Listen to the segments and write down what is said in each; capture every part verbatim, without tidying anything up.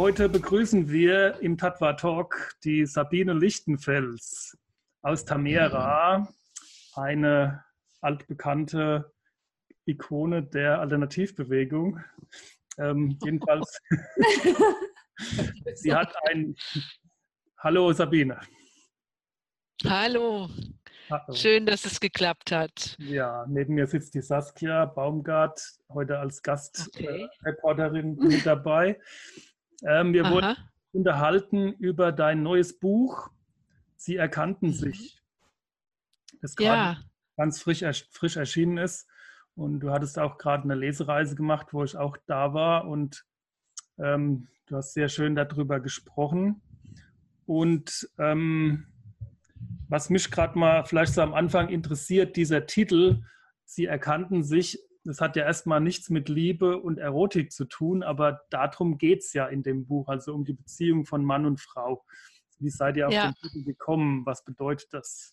heute begrüßen wir im Tatva Talk die Sabine Lichtenfels aus Tamera, eine altbekannte Ikone der Alternativbewegung. Ähm, jedenfalls, sie hat ein... Hallo Sabine. Hallo. Hallo. Schön, dass es geklappt hat. Ja, neben mir sitzt die Saskia Baumgart, heute als Gastreporterin Okay. äh, mit dabei. Ähm, wir Aha. wurden unterhalten über dein neues Buch, Sie erkannten Mhm. sich, das Ja. gerade ganz frisch, frisch erschienen ist. Und du hattest auch gerade eine Lesereise gemacht, wo ich auch da war. Und ähm, du hast sehr schön darüber gesprochen. Und ähm, was mich gerade mal vielleicht so am Anfang interessiert, dieser Titel, Sie erkannten sich, das hat ja erstmal nichts mit Liebe und Erotik zu tun, aber darum geht es ja in dem Buch, also um die Beziehung von Mann und Frau. Wie seid ihr auf Ja. den Titel gekommen? Was bedeutet das?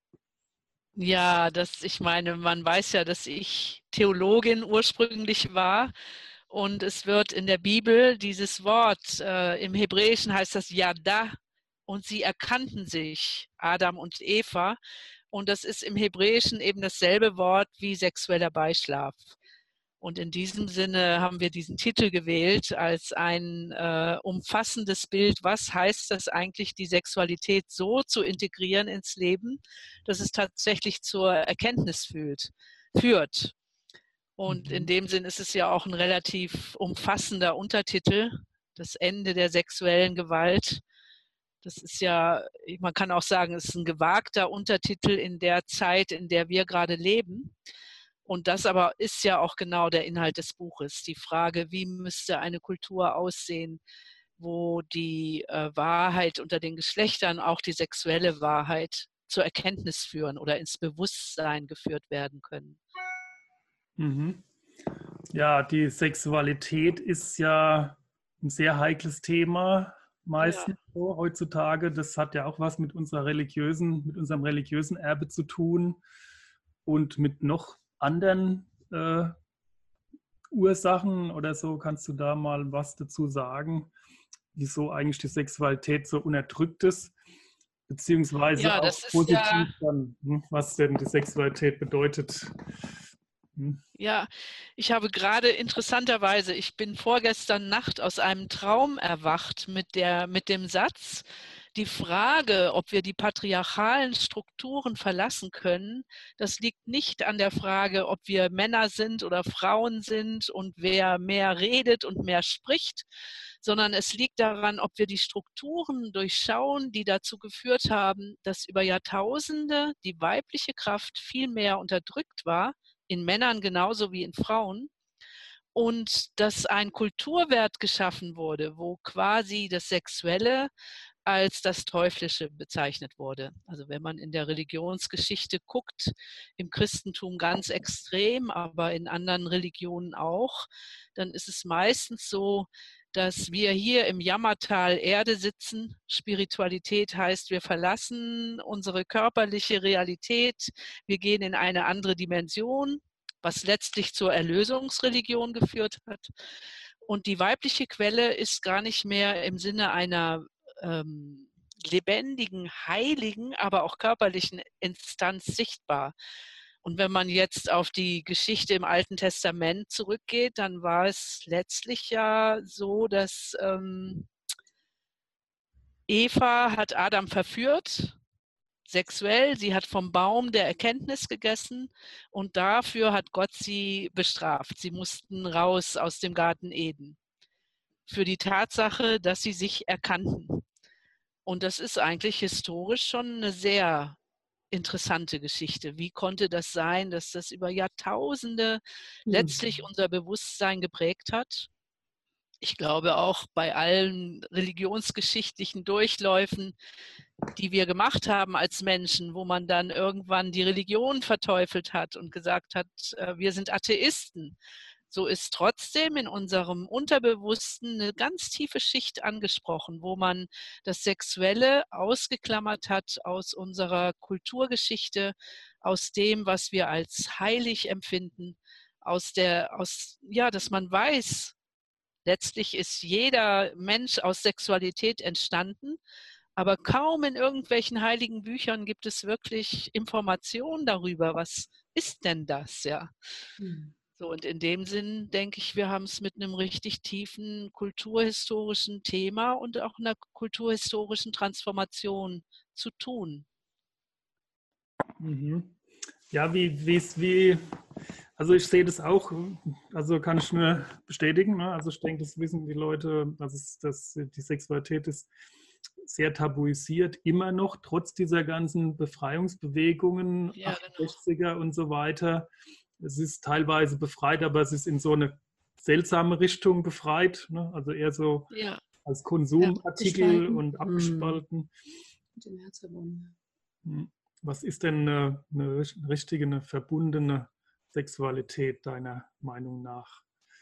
Ja, das, ich meine, man weiß ja, dass ich Theologin ursprünglich war. Und es wird in der Bibel dieses Wort, äh, im Hebräischen heißt das Yada, und sie erkannten sich, Adam und Eva. Und das ist im Hebräischen eben dasselbe Wort wie sexueller Beischlaf. Und in diesem Sinne haben wir diesen Titel gewählt als ein äh, umfassendes Bild. Was heißt das eigentlich, die Sexualität so zu integrieren ins Leben, dass es tatsächlich zur Erkenntnis fühlt, führt? Und in dem Sinn ist es ja auch ein relativ umfassender Untertitel, das Ende der sexuellen Gewalt. Das ist ja, man kann auch sagen, es ist ein gewagter Untertitel in der Zeit, in der wir gerade leben. Und das aber ist ja auch genau der Inhalt des Buches. Die Frage, wie müsste eine Kultur aussehen, wo die äh, Wahrheit unter den Geschlechtern, auch die sexuelle Wahrheit, zur Erkenntnis führen oder ins Bewusstsein geführt werden können. Mhm. Ja, die Sexualität ist ja ein sehr heikles Thema, meistens Ja. so heutzutage. Das hat ja auch was mit unserer religiösen, mit unserem religiösen Erbe zu tun und mit noch anderen äh, Ursachen oder so. Kannst du da mal was dazu sagen, wieso eigentlich die Sexualität so unterdrückt ist, beziehungsweise Ja, auch das ist ja, positiv dann, hm, was denn die Sexualität bedeutet? Hm. ja, ich habe gerade interessanterweise, ich bin vorgestern Nacht aus einem Traum erwacht mit der, mit dem Satz, die Frage, ob wir die patriarchalen Strukturen verlassen können, das liegt nicht an der Frage, ob wir Männer sind oder Frauen sind und wer mehr redet und mehr spricht, sondern es liegt daran, ob wir die Strukturen durchschauen, die dazu geführt haben, dass über Jahrtausende die weibliche Kraft viel mehr unterdrückt war, in Männern genauso wie in Frauen, und dass ein Kulturwert geschaffen wurde, wo quasi das Sexuelle als das Teuflische bezeichnet wurde. Also wenn man in der Religionsgeschichte guckt, im Christentum ganz extrem, aber in anderen Religionen auch, dann ist es meistens so, dass wir hier im Jammertal Erde sitzen. Spiritualität heißt, wir verlassen unsere körperliche Realität, wir gehen in eine andere Dimension, was letztlich zur Erlösungsreligion geführt hat. Und die weibliche Quelle ist gar nicht mehr im Sinne einer ähm, lebendigen, heiligen, aber auch körperlichen Instanz sichtbar. Und wenn man jetzt auf die Geschichte im Alten Testament zurückgeht, dann war es letztlich ja so, dass ähm, Eva hat Adam verführt, sexuell. Sie hat vom Baum der Erkenntnis gegessen und dafür hat Gott sie bestraft. Sie mussten raus aus dem Garten Eden für die Tatsache, dass sie sich erkannten. Und das ist eigentlich historisch schon eine sehr interessante Geschichte. Wie konnte das sein, dass das über Jahrtausende letztlich unser Bewusstsein geprägt hat? Ich glaube auch bei allen religionsgeschichtlichen Durchläufen, die wir gemacht haben als Menschen, wo man dann irgendwann die Religion verteufelt hat und gesagt hat, wir sind Atheisten. So ist trotzdem in unserem Unterbewussten eine ganz tiefe Schicht angesprochen, wo man das Sexuelle ausgeklammert hat aus unserer Kulturgeschichte, aus dem, was wir als heilig empfinden, aus der, aus, ja, dass man weiß, Letztlich ist jeder Mensch aus Sexualität entstanden, aber kaum in irgendwelchen heiligen Büchern gibt es wirklich Informationen darüber, was ist denn das, ja. Mhm. So, und in dem Sinn denke ich, wir haben es mit einem richtig tiefen kulturhistorischen Thema und auch einer kulturhistorischen Transformation zu tun. Mhm. Ja, wie, wie, wie, also ich sehe das auch, also kann ich nur bestätigen, ne? Also ich denke, das wissen die Leute, dass, es, dass die Sexualität ist sehr tabuisiert, immer noch, trotz dieser ganzen Befreiungsbewegungen, Ja, achtundsechziger und so weiter. Es ist teilweise befreit, aber es ist in so eine seltsame Richtung befreit, ne? Also eher so ja. als Konsumartikel Gespalten. und abgespalten. Mit dem Herz verbunden. Was ist denn eine, eine richtige, eine verbundene Sexualität deiner Meinung nach?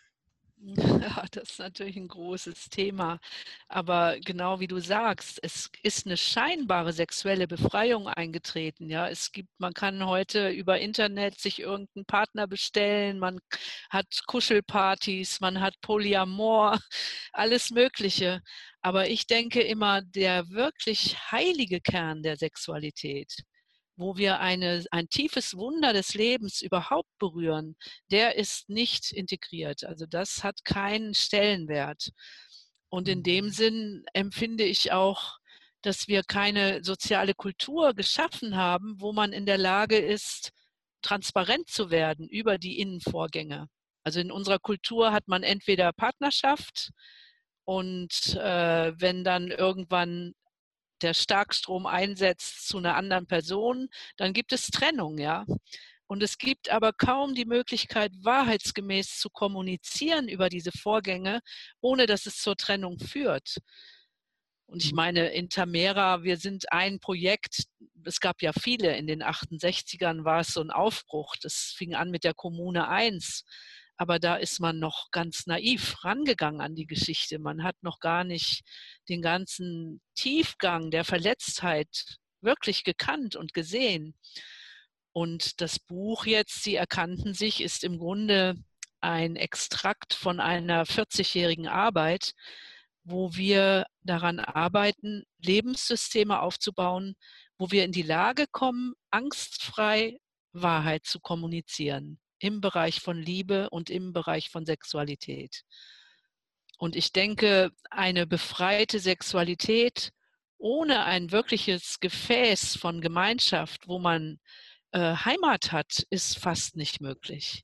Ja, das ist natürlich ein großes Thema. Aber genau wie du sagst, es ist eine scheinbare sexuelle Befreiung eingetreten. Ja, es gibt, man kann heute über Internet sich irgendeinen Partner bestellen, man hat Kuschelpartys, man hat Polyamor, alles Mögliche. Aber ich denke immer, der wirklich heilige Kern der Sexualität, wo wir eine, ein tiefes Wunder des Lebens überhaupt berühren, der ist nicht integriert. Also das hat keinen Stellenwert. Und in dem Sinn empfinde ich auch, dass wir keine soziale Kultur geschaffen haben, wo man in der Lage ist, transparent zu werden über die Innenvorgänge. Also in unserer Kultur hat man entweder Partnerschaft und äh, wenn dann irgendwann der Starkstrom einsetzt zu einer anderen Person, dann gibt es Trennung, ja. Und es gibt aber kaum die Möglichkeit, wahrheitsgemäß zu kommunizieren über diese Vorgänge, ohne dass es zur Trennung führt. Und ich meine, in Tamera, wir sind ein Projekt, es gab ja viele, in den achtundsechzigern war es so ein Aufbruch, das fing an mit der Kommune eins. Aber da ist man noch ganz naiv rangegangen an die Geschichte. Man hat noch gar nicht den ganzen Tiefgang der Verletztheit wirklich gekannt und gesehen. Und das Buch jetzt, Sie erkannten sich, ist im Grunde ein Extrakt von einer vierzigjährigen Arbeit, wo wir daran arbeiten, Lebenssysteme aufzubauen, wo wir in die Lage kommen, angstfrei Wahrheit zu kommunizieren im Bereich von Liebe und im Bereich von Sexualität. Und ich denke, eine befreite Sexualität ohne ein wirkliches Gefäß von Gemeinschaft, wo man äh, Heimat hat, ist fast nicht möglich.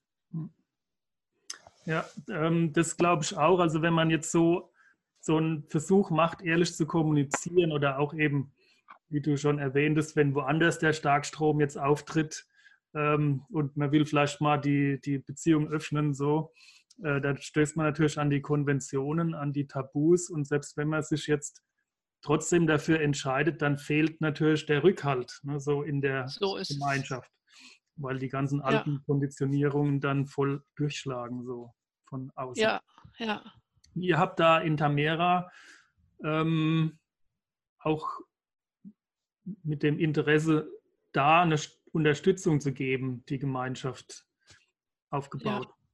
Ja, ähm, das glaube ich auch. Also wenn man jetzt so, so einen Versuch macht, ehrlich zu kommunizieren oder auch eben, wie du schon erwähntest, wenn woanders der Starkstrom jetzt auftritt ähm, und man will vielleicht mal die, die Beziehung öffnen, so, äh, da stößt man natürlich an die Konventionen, an die Tabus und selbst wenn man sich jetzt trotzdem dafür entscheidet, dann fehlt natürlich der Rückhalt, ne, so in der So ist Gemeinschaft, weil die ganzen Ja. alten Konditionierungen dann voll durchschlagen, so von außen. Ja, ja. Ihr habt da in Tamera ähm, auch mit dem Interesse, da eine Unterstützung zu geben, die Gemeinschaft aufgebaut. Ja.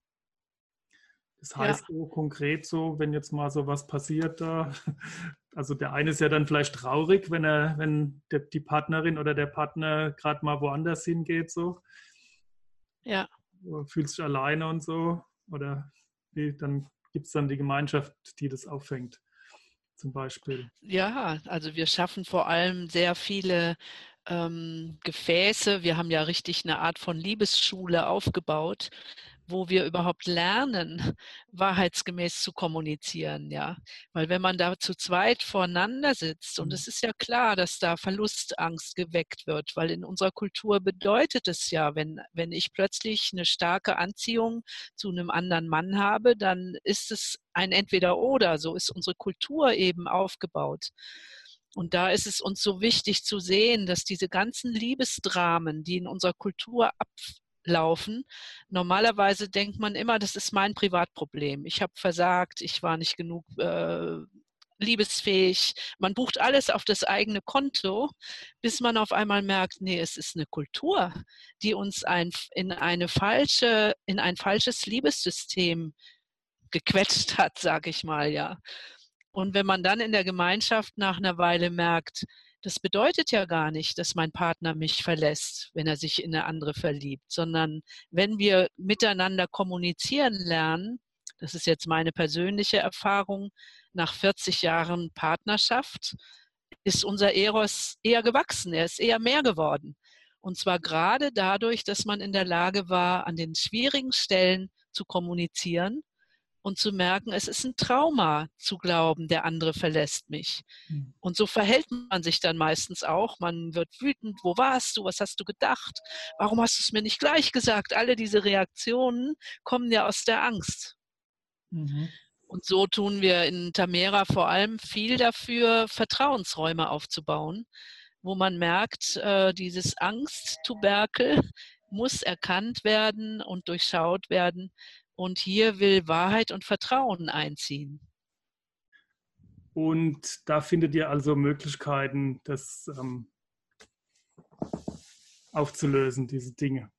Das heißt Ja. so konkret so, wenn jetzt mal so was passiert da, also der eine ist ja dann vielleicht traurig, wenn er, wenn der, die Partnerin oder der Partner gerade mal woanders hingeht, so. Ja. Fühlt sich alleine und so. Oder wie, dann gibt es dann die Gemeinschaft, die das auffängt, zum Beispiel. Ja, also wir schaffen vor allem sehr viele ähm, Gefäße. Wir haben ja richtig eine Art von Liebesschule aufgebaut, wo wir überhaupt lernen, wahrheitsgemäß zu kommunizieren, ja. Weil wenn man da zu zweit voreinander sitzt, und es ist ja klar, dass da Verlustangst geweckt wird, weil in unserer Kultur bedeutet es ja, wenn, wenn ich plötzlich eine starke Anziehung zu einem anderen Mann habe, dann ist es ein Entweder-Oder. So ist unsere Kultur eben aufgebaut. Und da ist es uns so wichtig zu sehen, dass diese ganzen Liebesdramen, die in unserer Kultur ablaufen, normalerweise denkt man immer, das ist mein Privatproblem. Ich habe versagt, ich war nicht genug äh, liebesfähig. Man bucht alles auf das eigene Konto, bis man auf einmal merkt, nee, es ist eine Kultur, die uns ein, in, eine falsche, in ein falsches Liebessystem gequetscht hat, sage ich mal, ja. Und wenn man dann in der Gemeinschaft nach einer Weile merkt, das bedeutet ja gar nicht, dass mein Partner mich verlässt, wenn er sich in eine andere verliebt, sondern wenn wir miteinander kommunizieren lernen, das ist jetzt meine persönliche Erfahrung, nach vierzig Jahren Partnerschaft ist unser Eros eher gewachsen, er ist eher mehr geworden. Und zwar gerade dadurch, dass man in der Lage war, an den schwierigen Stellen zu kommunizieren und zu merken, es ist ein Trauma zu glauben, der andere verlässt mich. Mhm. Und so verhält man sich dann meistens auch. Man wird wütend, wo warst du, was hast du gedacht, warum hast du es mir nicht gleich gesagt? Alle diese Reaktionen kommen ja aus der Angst. Mhm. Und so tun wir in Tamera vor allem viel dafür, Vertrauensräume aufzubauen, wo man merkt, äh, dieses Angsttuberkel muss erkannt werden und durchschaut werden. Und hier will Wahrheit und Vertrauen einziehen. Und da findet ihr also Möglichkeiten, das ähm, aufzulösen, diese Dinge.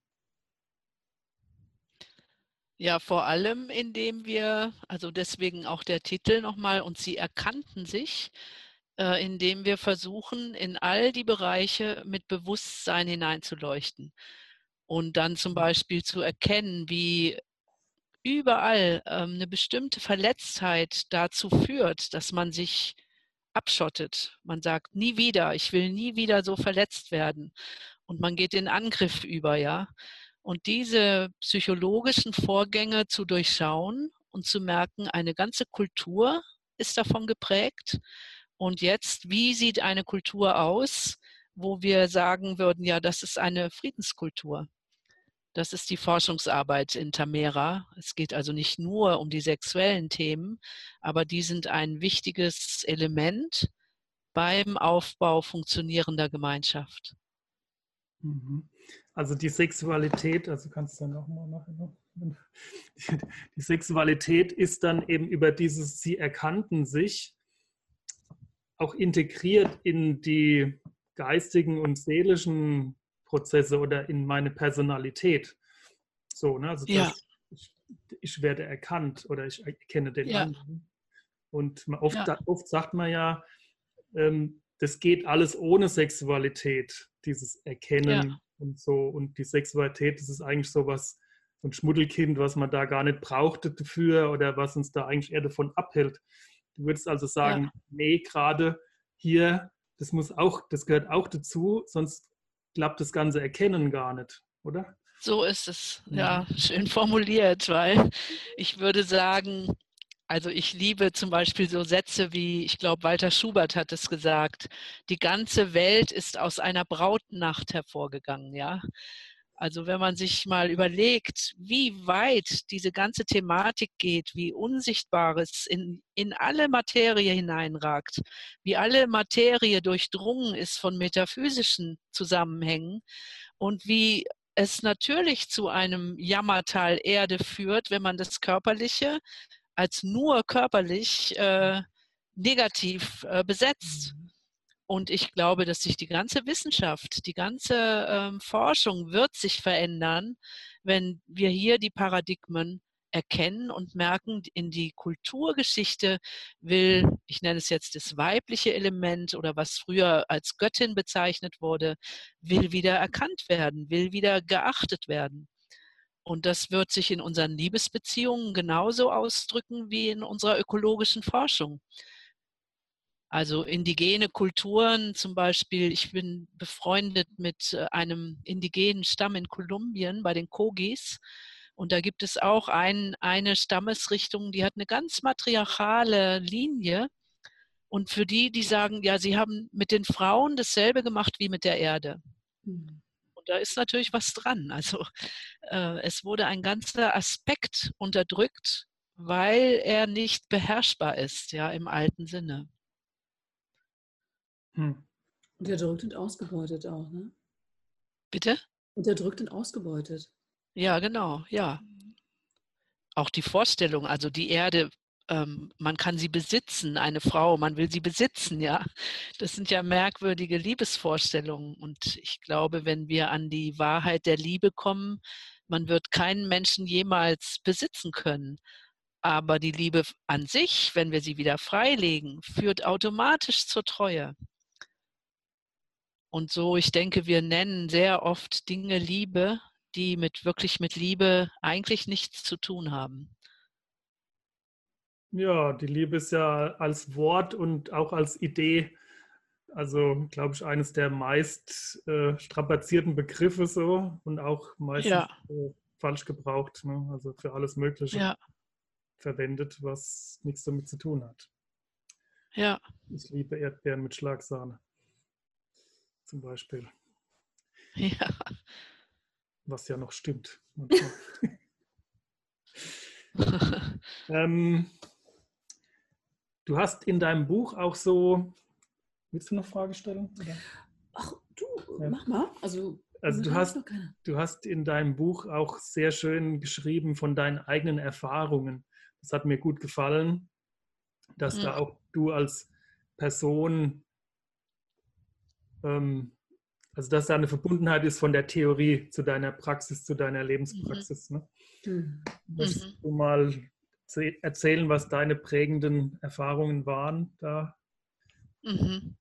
Ja, vor allem, indem wir, also deswegen auch der Titel nochmal, und sie erkannten sich, äh, indem wir versuchen, in all die Bereiche mit Bewusstsein hineinzuleuchten. Und dann zum Beispiel zu erkennen, wie überall ähm, eine bestimmte Verletztheit dazu führt, dass man sich abschottet. Man sagt, nie wieder, ich will nie wieder so verletzt werden. Und man geht in Angriff über, ja. Und diese psychologischen Vorgänge zu durchschauen und zu merken, eine ganze Kultur ist davon geprägt. Und jetzt, wie sieht eine Kultur aus, wo wir sagen würden, ja, das ist eine Friedenskultur. Das ist die Forschungsarbeit in Tamera. Es geht also nicht nur um die sexuellen Themen, aber die sind ein wichtiges Element beim Aufbau funktionierender Gemeinschaft. Mhm. Also die Sexualität, also kannst du dann auch mal nachher noch. Die Sexualität ist dann eben über dieses, sie erkannten sich, auch integriert in die geistigen und seelischen Prozesse oder in meine Personalität. So, ne? Also Ja. das, ich, ich werde erkannt oder ich erkenne den Ja. anderen. Und oft, Ja. oft sagt man ja, ähm, das geht alles ohne Sexualität, dieses Erkennen Ja. und so. Und die Sexualität, das ist eigentlich so was, so ein Schmuddelkind, was man da gar nicht brauchte dafür oder was uns da eigentlich eher davon abhält. Du würdest also sagen, Ja. nee, gerade hier, das muss auch, das gehört auch dazu, sonst klappt das ganze Erkennen gar nicht, oder? So ist es, ja, schön formuliert, weil ich würde sagen, also ich liebe zum Beispiel so Sätze wie, ich glaube, Walter Schubert hat es gesagt, die ganze Welt ist aus einer Brautnacht hervorgegangen, ja. Also wenn man sich mal überlegt, wie weit diese ganze Thematik geht, wie Unsichtbares in, in alle Materie hineinragt, wie alle Materie durchdrungen ist von metaphysischen Zusammenhängen und wie es natürlich zu einem Jammertal Erde führt, wenn man das Körperliche als nur körperlich äh, negativ äh, besetzt. Und ich glaube, dass sich die ganze Wissenschaft, die ganze ähm, Forschung wird sich verändern, wenn wir hier die Paradigmen erkennen und merken, in die Kulturgeschichte will, ich nenne es jetzt das weibliche Element oder was früher als Göttin bezeichnet wurde, will wieder erkannt werden, will wieder geachtet werden. Und das wird sich in unseren Liebesbeziehungen genauso ausdrücken wie in unserer ökologischen Forschung. Also indigene Kulturen zum Beispiel, ich bin befreundet mit einem indigenen Stamm in Kolumbien bei den Kogis und da gibt es auch ein, eine Stammesrichtung, die hat eine ganz matriarchale Linie und für die, die sagen, ja, sie haben mit den Frauen dasselbe gemacht wie mit der Erde. Mhm. Und da ist natürlich was dran. Also äh, es wurde ein ganzer Aspekt unterdrückt, weil er nicht beherrschbar ist, ja, im alten Sinne. Hm. Unterdrückt und ausgebeutet auch, ne? Bitte? Unterdrückt und ausgebeutet. Ja, genau, ja. Auch die Vorstellung, also die Erde, ähm, man kann sie besitzen, eine Frau, man will sie besitzen, ja. Das sind ja merkwürdige Liebesvorstellungen. Und ich glaube, wenn wir an die Wahrheit der Liebe kommen, man wird keinen Menschen jemals besitzen können. Aber die Liebe an sich, wenn wir sie wieder freilegen, führt automatisch zur Treue. Und so, ich denke, wir nennen sehr oft Dinge Liebe, die mit wirklich mit Liebe eigentlich nichts zu tun haben. Ja, die Liebe ist ja als Wort und auch als Idee, also glaube ich, eines der meist äh, strapazierten Begriffe so und auch meistens Ja, äh, falsch gebraucht, ne? Also für alles Mögliche ja, verwendet, was nichts damit zu tun hat. ja. Ich liebe Erdbeeren mit Schlagsahne zum Beispiel, Ja. was ja noch stimmt. ähm, du hast in deinem Buch auch so, willst du noch Frage stellen? Oder? Ach, du, Ja. mach mal. Also, Also du momentan ist hast, noch keiner. du hast in deinem Buch auch sehr schön geschrieben von deinen eigenen Erfahrungen. Das hat mir gut gefallen, dass Hm. da auch du als Person, ähm, also dass da eine Verbundenheit ist von der Theorie zu deiner Praxis, zu deiner Lebenspraxis. Ne? Hm. Möchtest Mhm. du mal ze- erzählen, was deine prägenden Erfahrungen waren da? Mhm.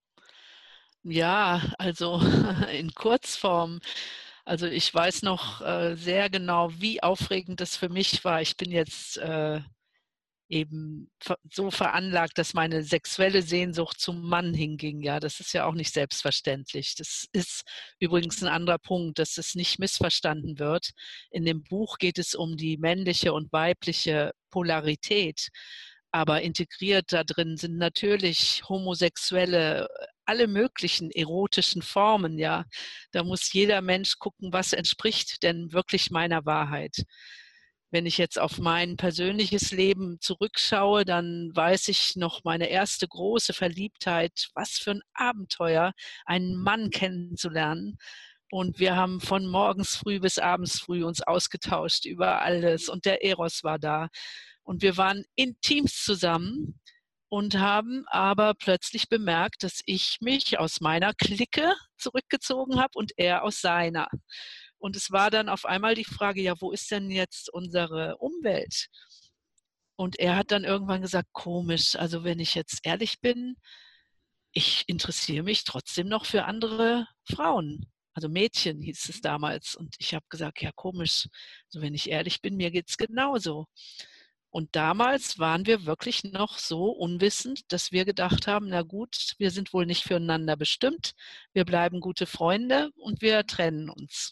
Ja, also in Kurzform. Also ich weiß noch äh, sehr genau, wie aufregend das für mich war. Ich bin jetzt äh, eben ver- so veranlagt, dass meine sexuelle Sehnsucht zum Mann hinging. Ja, das ist ja auch nicht selbstverständlich. Das ist übrigens ein anderer Punkt, dass es nicht missverstanden wird. In dem Buch geht es um die männliche und weibliche Polarität. Aber integriert da drin sind natürlich homosexuelle, alle möglichen erotischen Formen, ja. Da muss jeder Mensch gucken, was entspricht denn wirklich meiner Wahrheit. Wenn ich jetzt auf mein persönliches Leben zurückschaue, dann weiß ich noch meine erste große Verliebtheit, was für ein Abenteuer, einen Mann kennenzulernen. Und wir haben von morgens früh bis abends früh uns ausgetauscht über alles und der Eros war da. Und wir waren intimst zusammen und haben aber plötzlich bemerkt, dass ich mich aus meiner Clique zurückgezogen habe und er aus seiner. Und es war dann auf einmal die Frage, ja, wo ist denn jetzt unsere Umwelt? Und er hat dann irgendwann gesagt, komisch, also wenn ich jetzt ehrlich bin, ich interessiere mich trotzdem noch für andere Frauen. Also Mädchen hieß es damals. Und ich habe gesagt, ja komisch, also wenn ich ehrlich bin, mir geht es genauso. Und damals waren wir wirklich noch so unwissend, dass wir gedacht haben, na gut, wir sind wohl nicht füreinander bestimmt, wir bleiben gute Freunde und wir trennen uns.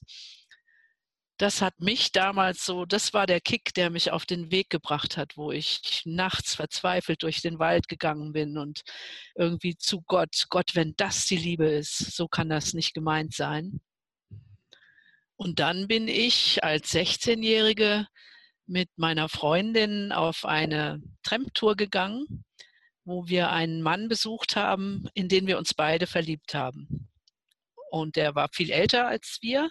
Das hat mich damals so, das war der Kick, der mich auf den Weg gebracht hat, wo ich nachts verzweifelt durch den Wald gegangen bin und irgendwie zu Gott, Gott, wenn das die Liebe ist, so kann das nicht gemeint sein. Und dann bin ich als sechzehnjährige mit meiner Freundin auf eine Tramp-Tour gegangen, wo wir einen Mann besucht haben, in den wir uns beide verliebt haben. Und der war viel älter als wir.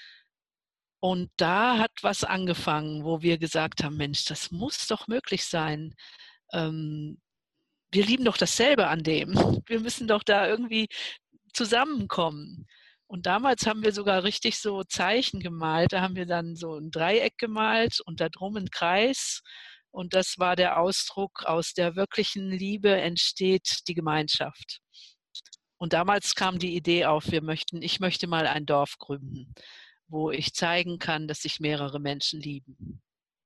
Und da hat was angefangen, wo wir gesagt haben, Mensch, das muss doch möglich sein. Ähm, wir lieben doch dasselbe an dem. Wir müssen doch da irgendwie zusammenkommen. Und damals haben wir sogar richtig so Zeichen gemalt. Da haben wir dann so ein Dreieck gemalt und da drum einen Kreis. Und das war der Ausdruck, aus der wirklichen Liebe entsteht die Gemeinschaft. Und damals kam die Idee auf, wir möchten, ich möchte mal ein Dorf gründen, wo ich zeigen kann, dass sich mehrere Menschen lieben.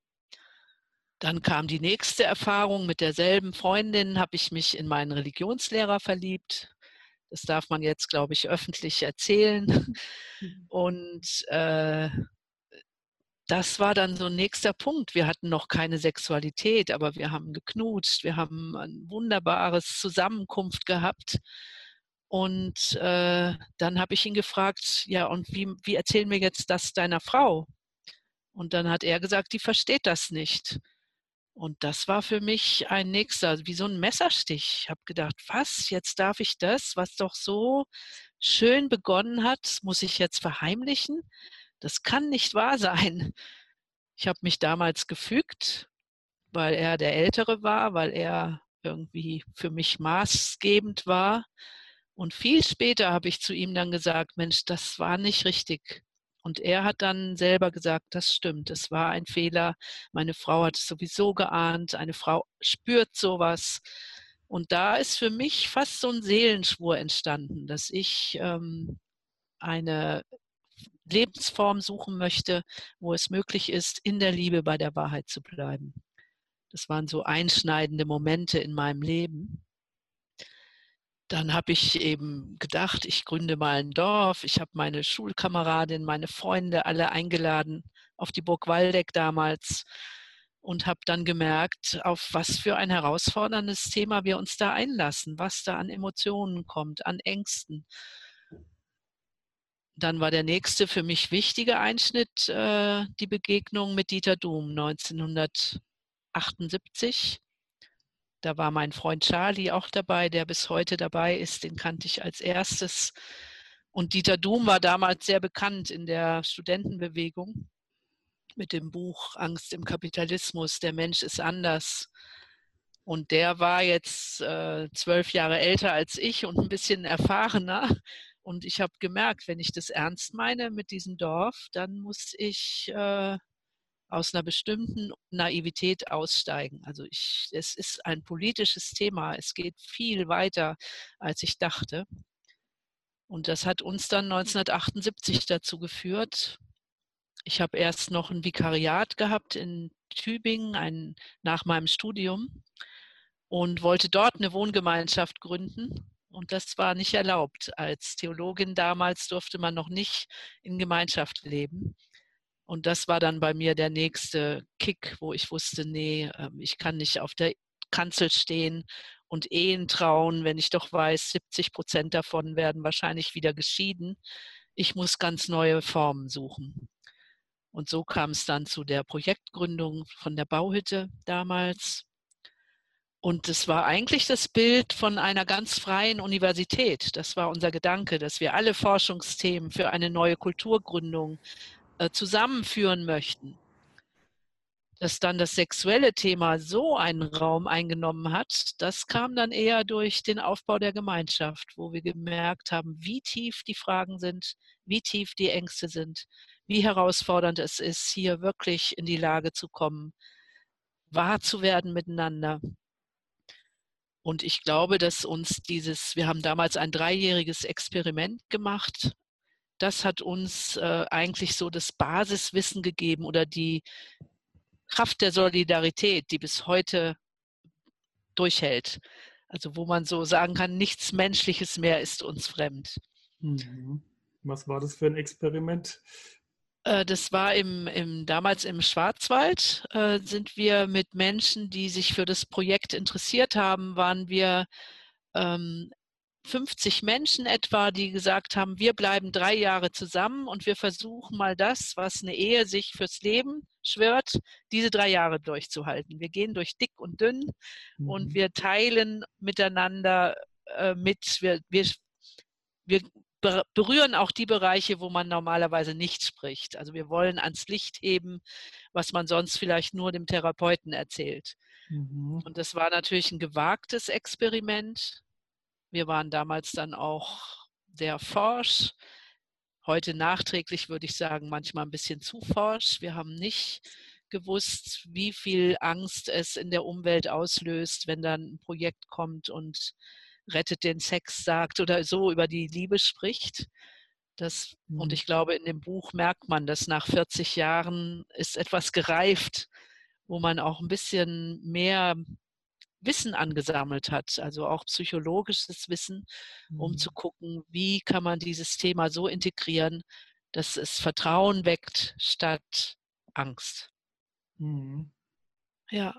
Dann kam die nächste Erfahrung. Mit derselben Freundin habe ich mich in meinen Religionslehrer verliebt. Das darf man jetzt, glaube ich, öffentlich erzählen. Und äh, das war dann so ein nächster Punkt. Wir hatten noch keine Sexualität, aber wir haben geknutscht. Wir haben ein wunderbares Zusammenkunft gehabt. Und äh, dann habe ich ihn gefragt, ja, und wie, wie erzählen wir jetzt das deiner Frau? Und dann hat er gesagt, die versteht das nicht. Und das war für mich ein nächster, wie so ein Messerstich. Ich habe gedacht, was, jetzt darf ich das, was doch so schön begonnen hat, muss ich jetzt verheimlichen? Das kann nicht wahr sein. Ich habe mich damals gefügt, weil er der Ältere war, weil er irgendwie für mich maßgebend war. Und viel später habe ich zu ihm dann gesagt, Mensch, das war nicht richtig. Und er hat dann selber gesagt, das stimmt, es war ein Fehler. Meine Frau hat es sowieso geahnt, eine Frau spürt sowas. Und da ist für mich fast so ein Seelenschwur entstanden, dass ich ähm, eine Lebensform suchen möchte, wo es möglich ist, in der Liebe bei der Wahrheit zu bleiben. Das waren so einschneidende Momente in meinem Leben. Dann habe ich eben gedacht, ich gründe mal ein Dorf. Ich habe meine Schulkameradin, meine Freunde alle eingeladen auf die Burg Waldeck damals und habe dann gemerkt, auf was für ein herausforderndes Thema wir uns da einlassen, was da an Emotionen kommt, an Ängsten. Dann war der nächste für mich wichtige Einschnitt äh, die Begegnung mit Dieter Dohm neunzehnhundertachtundsiebzig. Da war mein Freund Charlie auch dabei, der bis heute dabei ist. Den kannte ich als erstes. Und Dieter Dohm war damals sehr bekannt in der Studentenbewegung mit dem Buch Angst im Kapitalismus, der Mensch ist anders. Und der war jetzt äh, zwölf Jahre älter als ich und ein bisschen erfahrener. Und ich habe gemerkt, wenn ich das ernst meine mit diesem Dorf, dann muss ich äh, aus einer bestimmten Naivität aussteigen. Also ich, es ist ein politisches Thema. Es geht viel weiter, als ich dachte. Und das hat uns dann neunzehnhundertachtundsiebzig dazu geführt. Ich habe erst noch ein Vikariat gehabt in Tübingen ein, nach meinem Studium und wollte dort eine Wohngemeinschaft gründen. Und das war nicht erlaubt. Als Theologin damals durfte man noch nicht in Gemeinschaft leben. Und das war dann bei mir der nächste Kick, wo ich wusste, nee, ich kann nicht auf der Kanzel stehen und Ehen trauen, wenn ich doch weiß, siebzig Prozent davon werden wahrscheinlich wieder geschieden. Ich muss ganz neue Formen suchen. Und so kam es dann zu der Projektgründung von der Bauhütte damals. Und es war eigentlich das Bild von einer ganz freien Universität. Das war unser Gedanke, dass wir alle Forschungsthemen für eine neue Kulturgründung äh, zusammenführen möchten. Dass dann das sexuelle Thema so einen Raum eingenommen hat, das kam dann eher durch den Aufbau der Gemeinschaft, wo wir gemerkt haben, wie tief die Fragen sind, wie tief die Ängste sind, wie herausfordernd es ist, hier wirklich in die Lage zu kommen, wahr zu werden miteinander. Und ich glaube, dass uns dieses, wir haben damals ein dreijähriges Experiment gemacht, das hat uns äh, eigentlich so das Basiswissen gegeben oder die Kraft der Solidarität, die bis heute durchhält. Also wo man so sagen kann, nichts Menschliches mehr ist uns fremd. Mhm. Was war das für ein Experiment? Äh, das war im, im, damals im Schwarzwald, äh, sind wir mit Menschen, die sich für das Projekt interessiert haben, waren wir ähm, fünfzig Menschen etwa, die gesagt haben, wir bleiben drei Jahre zusammen und wir versuchen mal das, was eine Ehe sich fürs Leben schwört, diese drei Jahre durchzuhalten. Wir gehen durch dick und dünn mhm. und wir teilen miteinander äh, mit, wir, wir, wir berühren auch die Bereiche, wo man normalerweise nicht spricht. Also wir wollen ans Licht heben, was man sonst vielleicht nur dem Therapeuten erzählt. Mhm. Und das war natürlich ein gewagtes Experiment. Wir waren damals dann auch sehr forsch. Heute nachträglich würde ich sagen, manchmal ein bisschen zu forsch. Wir haben nicht gewusst, wie viel Angst es in der Umwelt auslöst, wenn dann ein Projekt kommt und rettet den Sex sagt oder so über die Liebe spricht. Das, mhm. Und ich glaube, in dem Buch merkt man, dass nach vierzig Jahren ist etwas gereift, wo man auch ein bisschen mehr Wissen angesammelt hat, also auch psychologisches Wissen, um mhm. zu gucken, wie kann man dieses Thema so integrieren, dass es Vertrauen weckt statt Angst. Mhm. Ja.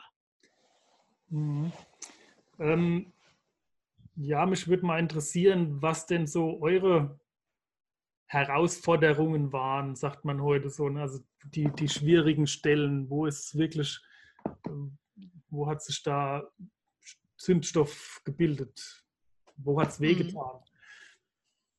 Mhm. Ähm, ja, mich würde mal interessieren, was denn so eure Herausforderungen waren, sagt man heute so, ne? Also die, die schwierigen Stellen, wo ist wirklich, wo hat sich da Zündstoff gebildet? Wo hat es wehgetan?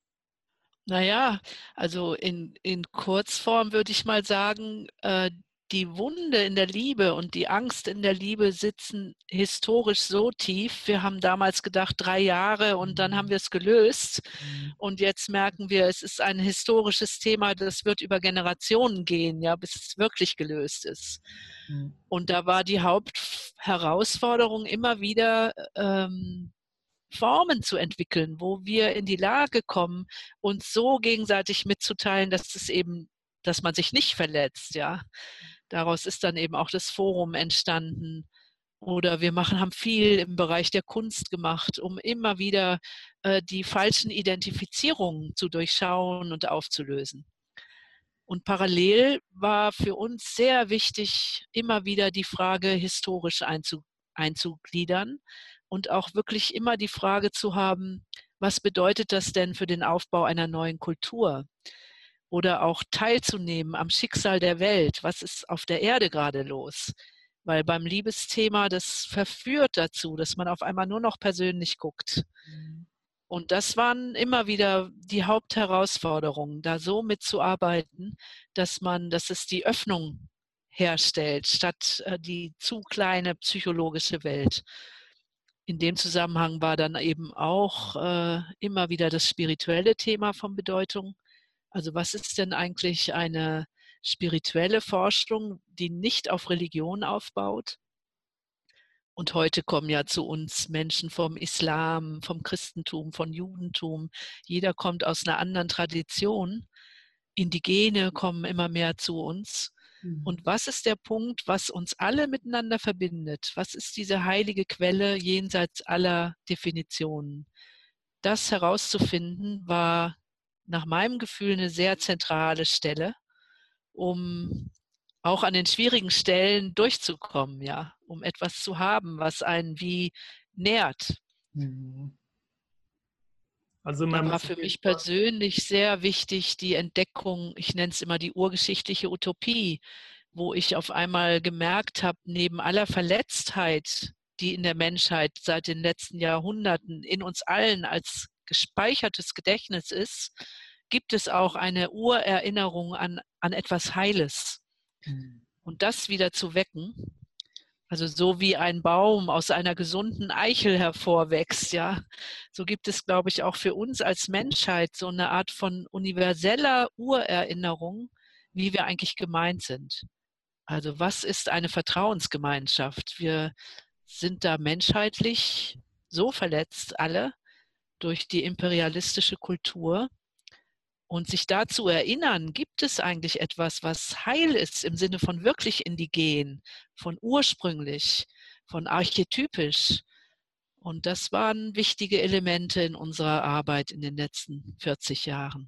Naja, also in, in Kurzform würde ich mal sagen, äh, die Wunde in der Liebe und die Angst in der Liebe sitzen historisch so tief. Wir haben damals gedacht, drei Jahre und dann haben wir es gelöst. Und jetzt merken wir, es ist ein historisches Thema, das wird über Generationen gehen, ja, bis es wirklich gelöst ist. Und da war die Hauptherausforderung immer wieder, ähm, Formen zu entwickeln, wo wir in die Lage kommen, uns so gegenseitig mitzuteilen, dass es eben, dass man sich nicht verletzt, ja. Daraus ist dann eben auch das Forum entstanden. Oder wir machen, haben viel im Bereich der Kunst gemacht, um immer wieder äh, die falschen Identifizierungen zu durchschauen und aufzulösen. Und parallel war für uns sehr wichtig, immer wieder die Frage historisch einzu, einzugliedern und auch wirklich immer die Frage zu haben, was bedeutet das denn für den Aufbau einer neuen Kultur? Oder auch teilzunehmen am Schicksal der Welt. Was ist auf der Erde gerade los? Weil beim Liebesthema, das verführt dazu, dass man auf einmal nur noch persönlich guckt. Und das waren immer wieder die Hauptherausforderungen, da so mitzuarbeiten, dass man, dass es die Öffnung herstellt, statt äh, die zu kleine psychologische Welt. In dem Zusammenhang war dann eben auch äh, immer wieder das spirituelle Thema von Bedeutung. Also was ist denn eigentlich eine spirituelle Forschung, die nicht auf Religion aufbaut? Und heute kommen ja zu uns Menschen vom Islam, vom Christentum, vom Judentum. Jeder kommt aus einer anderen Tradition. Indigene kommen immer mehr zu uns. Und was ist der Punkt, was uns alle miteinander verbindet? Was ist diese heilige Quelle jenseits aller Definitionen? Das herauszufinden war nach meinem Gefühl eine sehr zentrale Stelle, um auch an den schwierigen Stellen durchzukommen, ja, um etwas zu haben, was einen wie nährt. Also da man war für mich persönlich sehr wichtig die Entdeckung, ich nenne es immer die urgeschichtliche Utopie, wo ich auf einmal gemerkt habe, neben aller Verletztheit, die in der Menschheit seit den letzten Jahrhunderten in uns allen als gespeichertes Gedächtnis ist, gibt es auch eine Urerinnerung an, an etwas Heiles. Mhm. Und das wieder zu wecken, also so wie ein Baum aus einer gesunden Eichel hervorwächst, ja, so gibt es, glaube ich, auch für uns als Menschheit so eine Art von universeller Urerinnerung, wie wir eigentlich gemeint sind. Also was ist eine Vertrauensgemeinschaft? Wir sind da menschheitlich so verletzt, alle, durch die imperialistische Kultur. Und sich dazu erinnern, gibt es eigentlich etwas, was heil ist im Sinne von wirklich indigen, von ursprünglich, von archetypisch. Und das waren wichtige Elemente in unserer Arbeit in den letzten vierzig Jahren.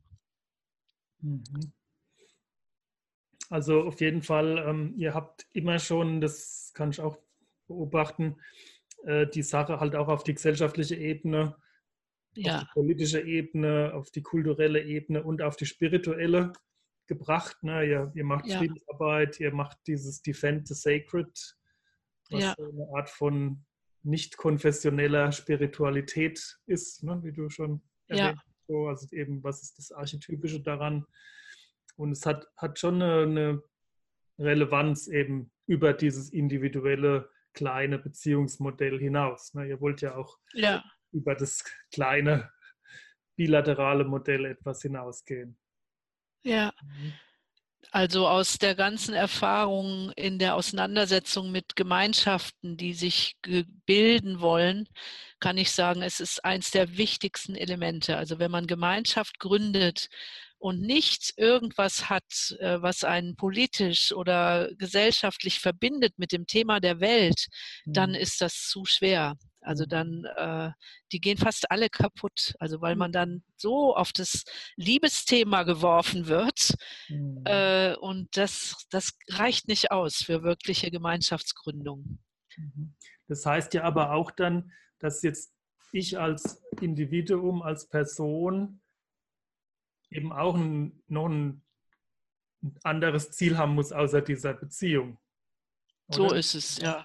Also auf jeden Fall, ähm, ihr habt immer schon, das kann ich auch beobachten, äh, die Sache halt auch auf die gesellschaftliche Ebene, ja. auf die politische Ebene, auf die kulturelle Ebene und auf die spirituelle gebracht. Ne? Ihr, ihr macht ja. Friedensarbeit, ihr macht dieses Defend the Sacred, was ja. so eine Art von nicht konfessioneller Spiritualität ist, ne? Wie du schon erwähnt hast. Ja. So, also eben, was ist das Archetypische daran? Und es hat, hat schon eine, eine Relevanz eben über dieses individuelle kleine Beziehungsmodell hinaus. Ne? Ihr wollt ja auch ja. über das kleine bilaterale Modell etwas hinausgehen. Ja, also aus der ganzen Erfahrung in der Auseinandersetzung mit Gemeinschaften, die sich bilden wollen, kann ich sagen, es ist eins der wichtigsten Elemente. Also wenn man Gemeinschaft gründet und nicht irgendwas hat, was einen politisch oder gesellschaftlich verbindet mit dem Thema der Welt, dann ist das zu schwer. Also dann, äh, die gehen fast alle kaputt. Also weil man dann so auf das Liebesthema geworfen wird Mhm. äh, und das, das reicht nicht aus für wirkliche Gemeinschaftsgründung. Das heißt ja aber auch dann, dass jetzt ich als Individuum, als Person eben auch ein, noch ein anderes Ziel haben muss außer dieser Beziehung. So Oder? ist es, ja.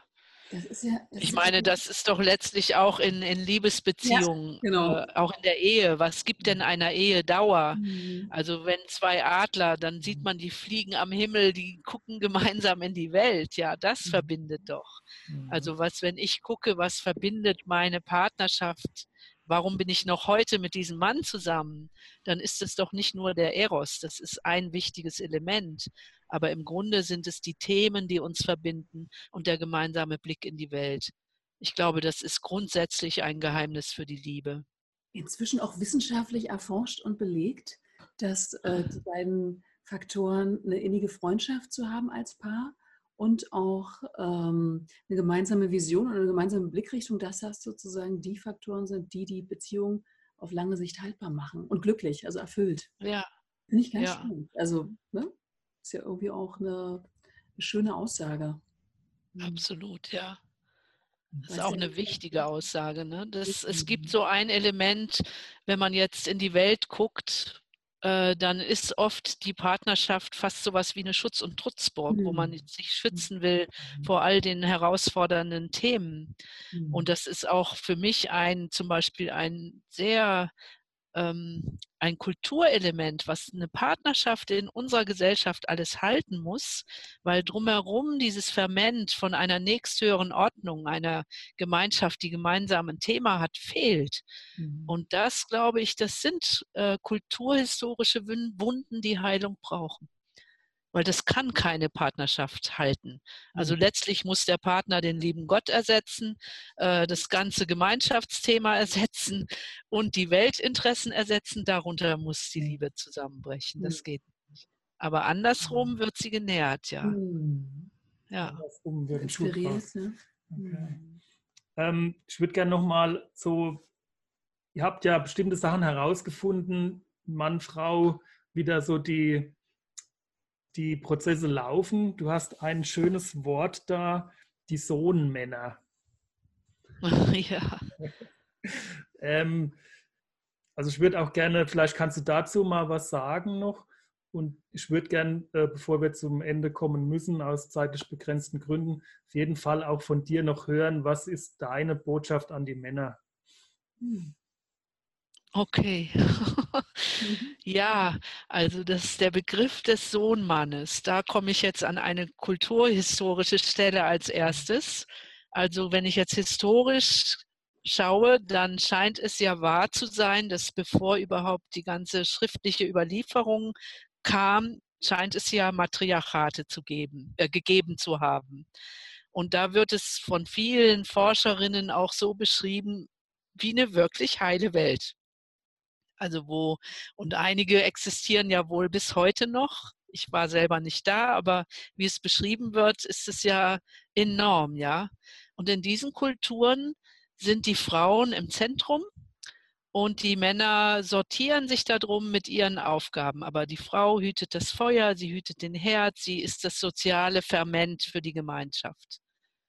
Das ist ja, das Ich ist meine, ja, das ist doch letztlich auch in, in ja, Liebesbeziehungen, genau. äh, auch in der Ehe. Was gibt denn einer Ehe Dauer? Mhm. Also wenn zwei Adler, dann sieht man, die fliegen am Himmel, die gucken gemeinsam in die Welt. Ja, das verbindet doch. Also was, wenn ich gucke, was verbindet meine Partnerschaft, warum bin ich noch heute mit diesem Mann zusammen, dann ist es doch nicht nur der Eros, das ist ein wichtiges Element. Aber im Grunde sind es die Themen, die uns verbinden und der gemeinsame Blick in die Welt. Ich glaube, das ist grundsätzlich ein Geheimnis für die Liebe. Inzwischen auch wissenschaftlich erforscht und belegt, dass äh, die beiden Faktoren, eine innige Freundschaft zu haben als Paar und auch ähm, eine gemeinsame Vision und eine gemeinsame Blickrichtung, dass das sozusagen die Faktoren sind, die die Beziehung auf lange Sicht haltbar machen und glücklich, also erfüllt. Ja, Finde ich ganz ja, spannend. Also, ne? Ist ja irgendwie auch eine, eine schöne Aussage. Hm. absolut, ja. Das ist Weiß auch ja eine nicht, wichtige Aussage. Ne? Das, es gibt was- so ein Element, wenn man jetzt in die Welt guckt, äh, dann ist oft die Partnerschaft fast so was wie eine Schutz- und Trutzburg, wo man Hm. sich schützen will vor all den herausfordernden Themen. Hm. Und das ist auch für mich ein, zum Beispiel ein sehr ähm, ein Kulturelement, was eine Partnerschaft in unserer Gesellschaft alles halten muss, weil drumherum dieses Ferment von einer nächsthöheren Ordnung, einer Gemeinschaft, die gemeinsam ein Thema hat, fehlt. Hm. Und das, glaube ich, das sind äh, kulturhistorische Wunden, die Heilung brauchen. Weil das kann keine Partnerschaft halten. Also Hm. letztlich muss der Partner den lieben Gott ersetzen, äh, das ganze Gemeinschaftsthema ersetzen und die Weltinteressen ersetzen. Darunter muss die Liebe zusammenbrechen. Das geht nicht. Aber andersrum wird sie genährt, ja. Hm. Ja. Andersrum wird ein Schuh Inspiriert, draus. ne? Okay. Hm. Ähm, ich würde gerne nochmal so, ihr habt ja bestimmte Sachen herausgefunden, Mann, Frau, wieder so die, die Prozesse laufen. Du hast ein schönes Wort da, die Sohnmänner. Ja. Ähm, also ich würde auch gerne, vielleicht kannst du dazu mal was sagen noch. Und ich würde gerne, äh, bevor wir zum Ende kommen müssen, aus zeitlich begrenzten Gründen, auf jeden Fall auch von dir noch hören, was ist deine Botschaft an die Männer? Hm. Okay. Mhm. Ja, also das ist der Begriff des Sohnmannes. Da komme ich jetzt an eine kulturhistorische Stelle als erstes. Also wenn ich jetzt historisch schaue, dann scheint es ja wahr zu sein, dass bevor überhaupt die ganze schriftliche Überlieferung kam, scheint es ja Matriarchate zu geben, äh, gegeben zu haben. Und da wird es von vielen Forscherinnen auch so beschrieben wie eine wirklich heile Welt. Also wo, und einige existieren ja wohl bis heute noch. Ich war selber nicht da, aber wie es beschrieben wird, ist es ja enorm, ja. Und in diesen Kulturen sind die Frauen im Zentrum und die Männer sortieren sich darum mit ihren Aufgaben. Aber die Frau hütet das Feuer, sie hütet den Herd, sie ist das soziale Ferment für die Gemeinschaft.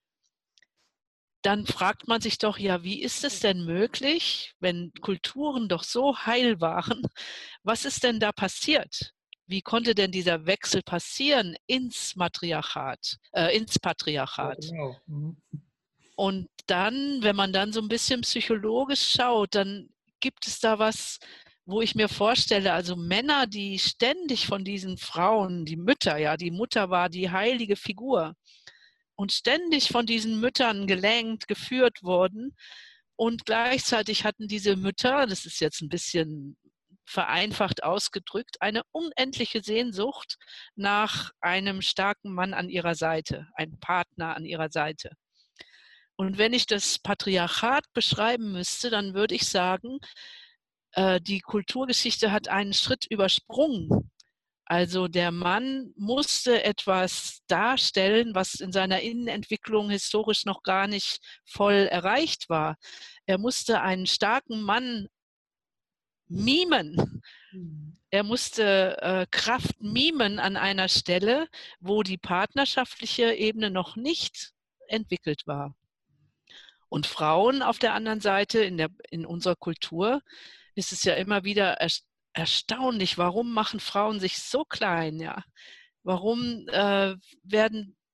Dann fragt man sich doch, ja, wie ist es denn möglich, wenn Kulturen doch so heil waren, was ist denn da passiert? Wie konnte denn dieser Wechsel passieren ins Matriarchat, äh, ins Ja, Patriarchat? genau. Mhm. Und dann, wenn man dann so ein bisschen psychologisch schaut, dann gibt es da was, wo ich mir vorstelle, also Männer, die ständig von diesen Frauen, die Mütter, ja, die Mutter war die heilige Figur und ständig von diesen Müttern gelenkt, geführt wurden. Und gleichzeitig hatten diese Mütter, das ist jetzt ein bisschen vereinfacht ausgedrückt, eine unendliche Sehnsucht nach einem starken Mann an ihrer Seite, einem Partner an ihrer Seite. Und wenn ich das Patriarchat beschreiben müsste, dann würde ich sagen, äh, die Kulturgeschichte hat einen Schritt übersprungen. Also der Mann musste etwas darstellen, was in seiner Innenentwicklung historisch noch gar nicht voll erreicht war. Er musste einen starken Mann mimen. Hm. Er musste äh, Kraft mimen an einer Stelle, wo die partnerschaftliche Ebene noch nicht entwickelt war. Und Frauen auf der anderen Seite, in, der, in unserer Kultur, ist es ja immer wieder erst erstaunlich, warum machen Frauen sich so klein, ja? Warum äh, werden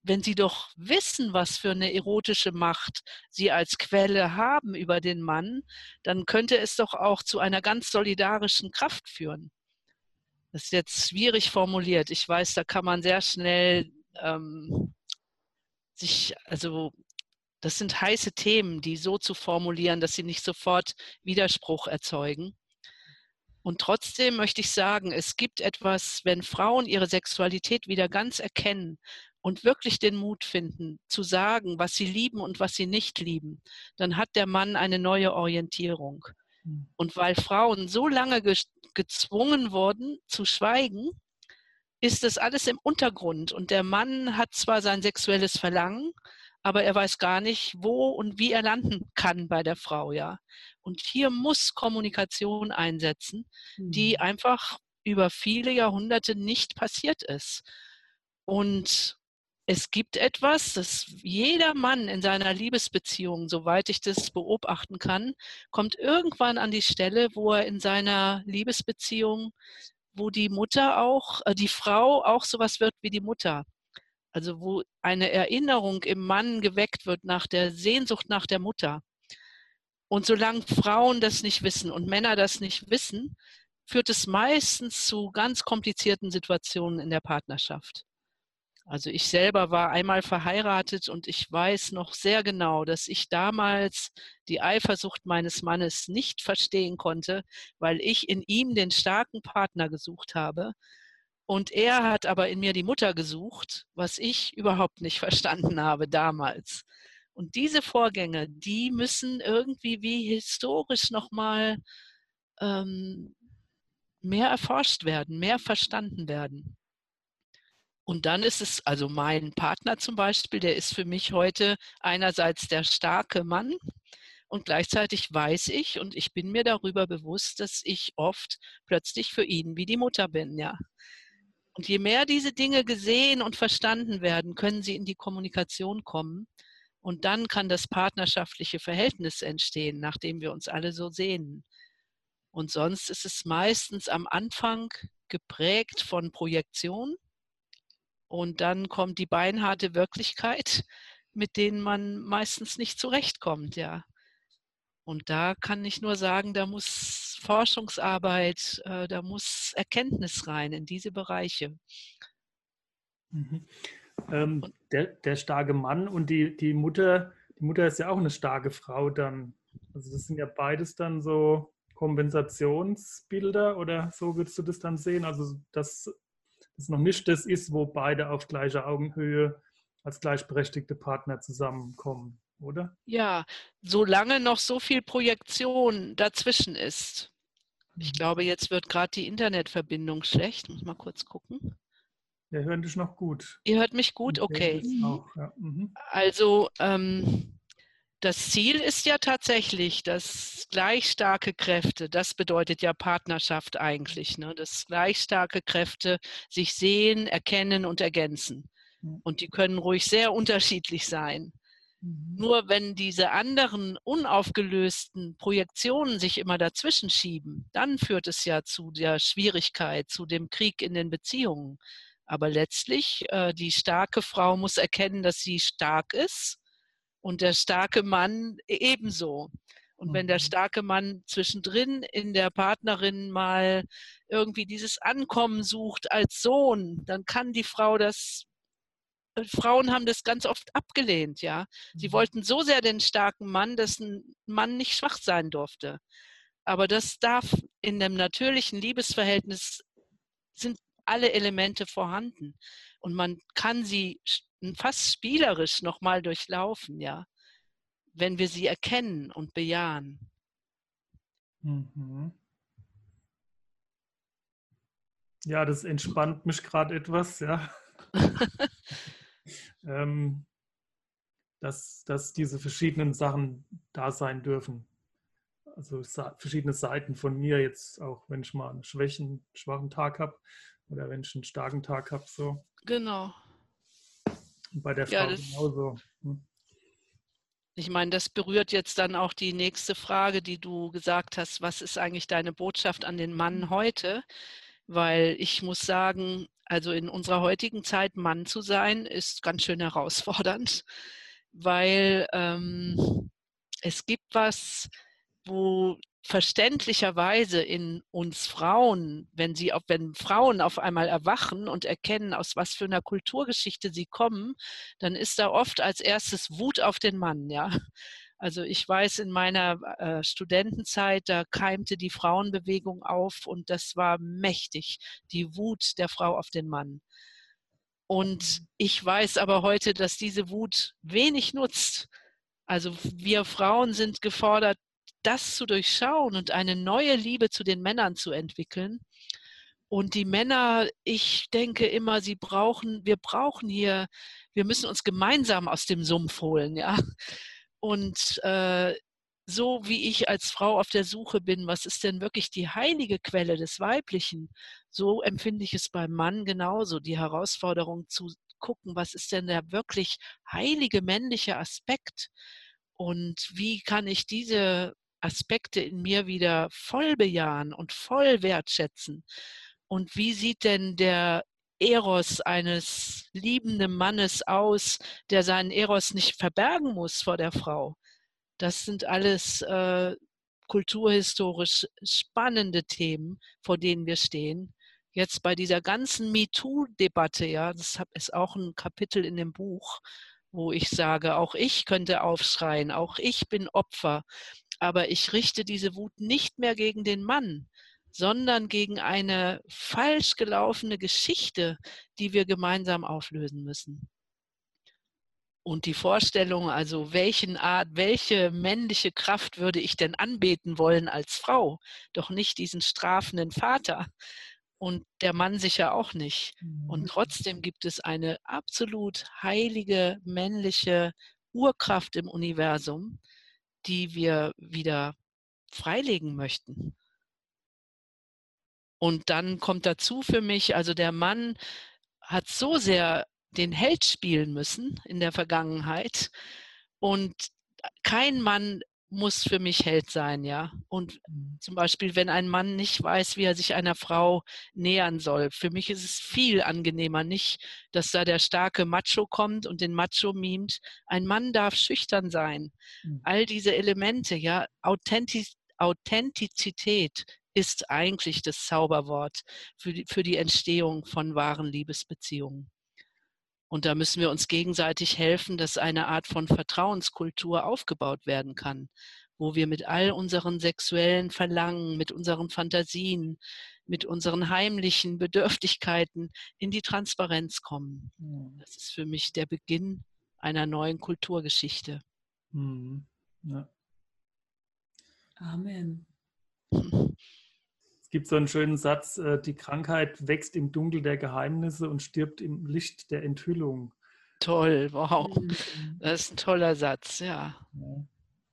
wenn sie doch wissen, was für eine erotische Macht sie als Quelle haben über den Mann, dann könnte es doch auch zu einer ganz solidarischen Kraft führen. Das ist jetzt schwierig formuliert. Ich weiß, da kann man sehr schnell ähm, sich, also das sind heiße Themen, die so zu formulieren, dass sie nicht sofort Widerspruch erzeugen. Und trotzdem möchte ich sagen, es gibt etwas, wenn Frauen ihre Sexualität wieder ganz erkennen und wirklich den Mut finden, zu sagen, was sie lieben und was sie nicht lieben, dann hat der Mann eine neue Orientierung. Und weil Frauen so lange ge- gezwungen wurden zu schweigen, ist das alles im Untergrund. Und der Mann hat zwar sein sexuelles Verlangen, aber er weiß gar nicht, wo und wie er landen kann bei der Frau, ja. Und hier muss Kommunikation einsetzen, die einfach über viele Jahrhunderte nicht passiert ist. Und es gibt etwas, das jeder Mann in seiner Liebesbeziehung, soweit ich das beobachten kann, kommt irgendwann an die Stelle, wo er in seiner Liebesbeziehung, wo die Mutter auch, äh, die Frau auch sowas wird wie die Mutter. Also wo eine Erinnerung im Mann geweckt wird nach der Sehnsucht nach der Mutter. Und solange Frauen das nicht wissen und Männer das nicht wissen, führt es meistens zu ganz komplizierten Situationen in der Partnerschaft. Also ich selber war einmal verheiratet und ich weiß noch sehr genau, dass ich damals die Eifersucht meines Mannes nicht verstehen konnte, weil ich in ihm den starken Partner gesucht habe. Und er hat aber in mir die Mutter gesucht, was ich überhaupt nicht verstanden habe damals. Und diese Vorgänge, die müssen irgendwie wie historisch nochmal ähm, mehr erforscht werden, mehr verstanden werden. Und dann ist es, also mein Partner zum Beispiel, der ist für mich heute einerseits der starke Mann und gleichzeitig weiß ich und ich bin mir darüber bewusst, dass ich oft plötzlich für ihn wie die Mutter bin, ja. Und je mehr diese Dinge gesehen und verstanden werden, können sie in die Kommunikation kommen. Und dann kann das partnerschaftliche Verhältnis entstehen, nachdem wir uns alle so sehnen. Und sonst ist es meistens am Anfang geprägt von Projektion. Und dann kommt die beinharte Wirklichkeit, mit denen man meistens nicht zurechtkommt, ja. Und da kann ich nur sagen, da muss Forschungsarbeit, äh, da muss Erkenntnis rein in diese Bereiche. Mhm. Ähm, der, der starke Mann und die, die Mutter, die Mutter ist ja auch eine starke Frau dann. Also das sind ja beides dann so Kompensationsbilder oder so würdest du das dann sehen? Also dass das noch nicht das ist, wo beide auf gleicher Augenhöhe als gleichberechtigte Partner zusammenkommen, oder? Ja, solange noch so viel Projektion dazwischen ist. Ich glaube, jetzt wird gerade die Internetverbindung schlecht. Muss mal kurz gucken. Wir hören dich noch gut. Ihr hört mich gut? Okay. Auch, ja. Mhm. Also ähm, das Ziel ist ja tatsächlich, dass gleich starke Kräfte, das bedeutet ja Partnerschaft eigentlich, ne? Dass gleich starke Kräfte sich sehen, erkennen und ergänzen. Und die können ruhig sehr unterschiedlich sein. Mhm. Nur wenn diese anderen unaufgelösten Projektionen sich immer dazwischen schieben, dann führt es ja zu der Schwierigkeit, zu dem Krieg in den Beziehungen. Aber letztlich, äh, die starke Frau muss erkennen, dass sie stark ist und der starke Mann ebenso. Und wenn der starke Mann zwischendrin in der Partnerin mal irgendwie dieses Ankommen sucht als Sohn, dann kann die Frau das, Frauen haben das ganz oft abgelehnt, ja. Sie wollten so sehr den starken Mann, dass ein Mann nicht schwach sein durfte. Aber das darf in einem natürlichen Liebesverhältnis, sind alle Elemente vorhanden. Und man kann sie fast spielerisch nochmal durchlaufen, ja, wenn wir sie erkennen und bejahen. Mhm. Ja, das entspannt mich gerade etwas, ja. ähm, dass, dass diese verschiedenen Sachen da sein dürfen. Also verschiedene Seiten von mir jetzt, auch wenn ich mal einen schwächen, schwachen Tag habe oder wenn ich einen starken Tag habe. So. Genau. Und bei der Frau ja, genauso. Hm. Ich meine, das berührt jetzt dann auch die nächste Frage, die du gesagt hast, was ist eigentlich deine Botschaft an den Mann heute? weil ich muss sagen, also in unserer heutigen Zeit Mann zu sein, ist ganz schön herausfordernd, weil ähm, es gibt was, wo verständlicherweise in uns Frauen, wenn sie auf, wenn Frauen auf einmal erwachen und erkennen, aus was für einer Kulturgeschichte sie kommen, dann ist da oft als erstes Wut auf den Mann, ja. Also ich weiß, in meiner äh, Studentenzeit, da keimte die Frauenbewegung auf und das war mächtig, die Wut der Frau auf den Mann. Und ich weiß aber heute, dass diese Wut wenig nutzt. Also wir Frauen sind gefordert, das zu durchschauen und eine neue Liebe zu den Männern zu entwickeln. Und die Männer, ich denke immer, sie brauchen, wir brauchen hier, wir müssen uns gemeinsam aus dem Sumpf holen, ja. Und äh, so wie ich als Frau auf der Suche bin, was ist denn wirklich die heilige Quelle des Weiblichen, so empfinde ich es beim Mann genauso, die Herausforderung zu gucken, was ist denn der wirklich heilige männliche Aspekt und wie kann ich diese Aspekte in mir wieder voll bejahen und voll wertschätzen. Und wie sieht denn der Eros eines liebenden Mannes aus, der seinen Eros nicht verbergen muss vor der Frau? Das sind alles äh, kulturhistorisch spannende Themen, vor denen wir stehen. Jetzt bei dieser ganzen MeToo-Debatte, ja, das ist auch ein Kapitel in dem Buch, wo ich sage, auch ich könnte aufschreien, auch ich bin Opfer, aber ich richte diese Wut nicht mehr gegen den Mann, sondern gegen eine falsch gelaufene Geschichte, die wir gemeinsam auflösen müssen. Und die Vorstellung, also welchen Art, welche männliche Kraft würde ich denn anbeten wollen als Frau? Doch nicht diesen strafenden Vater. Und der Mann sicher auch nicht. Und trotzdem gibt es eine absolut heilige männliche Urkraft im Universum, die wir wieder freilegen möchten. Und dann kommt dazu für mich, also der Mann hat so sehr den Held spielen müssen in der Vergangenheit und kein Mann muss für mich Held sein, ja. Und zum Beispiel, wenn ein Mann nicht weiß, wie er sich einer Frau nähern soll, für mich ist es viel angenehmer, nicht, dass da der starke Macho kommt und den Macho mimt. Ein Mann darf schüchtern sein. All diese Elemente, ja, Authentiz Authentizität ist eigentlich das Zauberwort für die, für die Entstehung von wahren Liebesbeziehungen. Und da müssen wir uns gegenseitig helfen, dass eine Art von Vertrauenskultur aufgebaut werden kann, wo wir mit all unseren sexuellen Verlangen, mit unseren Fantasien, mit unseren heimlichen Bedürftigkeiten in die Transparenz kommen. Das ist für mich der Beginn einer neuen Kulturgeschichte. Mhm. Ja. Amen. Es gibt so einen schönen Satz, äh, die Krankheit wächst im Dunkel der Geheimnisse und stirbt im Licht der Enthüllung. Toll, wow. Mhm. Das ist ein toller Satz, ja. Ja,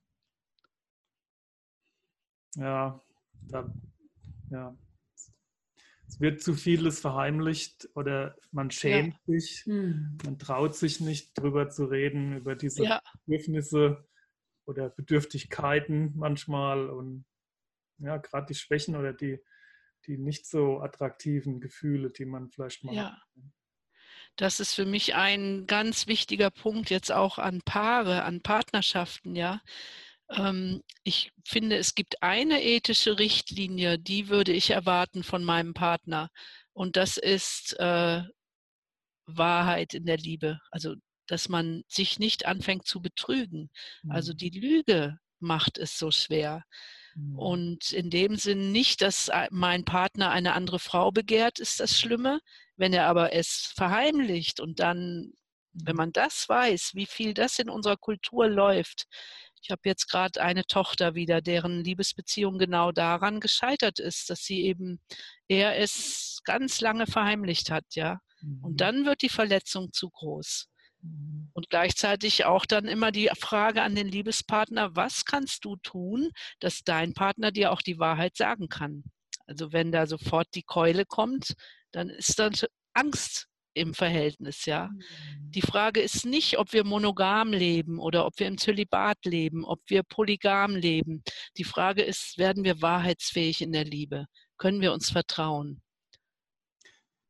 ja, da, ja. Es wird zu vieles verheimlicht oder man schämt Ja. sich, Mhm. man traut sich nicht drüber zu reden, über diese Ja. Bedürfnisse oder Bedürftigkeiten manchmal und ja, gerade die Schwächen oder die, die nicht so attraktiven Gefühle, die man vielleicht mal Ja. hat. Das ist für mich ein ganz wichtiger Punkt jetzt auch an Paare, an Partnerschaften, ja. Ähm, ich finde, es gibt eine ethische Richtlinie, die würde ich erwarten von meinem Partner. Und das ist äh, Wahrheit in der Liebe. Also, dass man sich nicht anfängt zu betrügen. Also die Lüge macht es so schwer. Und in dem Sinn nicht, dass mein Partner eine andere Frau begehrt, ist das Schlimme. Wenn er aber es verheimlicht und dann, wenn man das weiß, wie viel das in unserer Kultur läuft. Ich habe jetzt gerade eine Tochter wieder, deren Liebesbeziehung genau daran gescheitert ist, dass sie eben, er es ganz lange verheimlicht hat, ja. Und dann wird die Verletzung zu groß. Und gleichzeitig auch dann immer die Frage an den Liebespartner, was kannst du tun, dass dein Partner dir auch die Wahrheit sagen kann? Also wenn da sofort die Keule kommt, dann ist dann Angst im Verhältnis, ja. Die Frage ist nicht, ob wir monogam leben oder ob wir im Zölibat leben, ob wir polygam leben. Die Frage ist, werden wir wahrheitsfähig in der Liebe? Können wir uns vertrauen?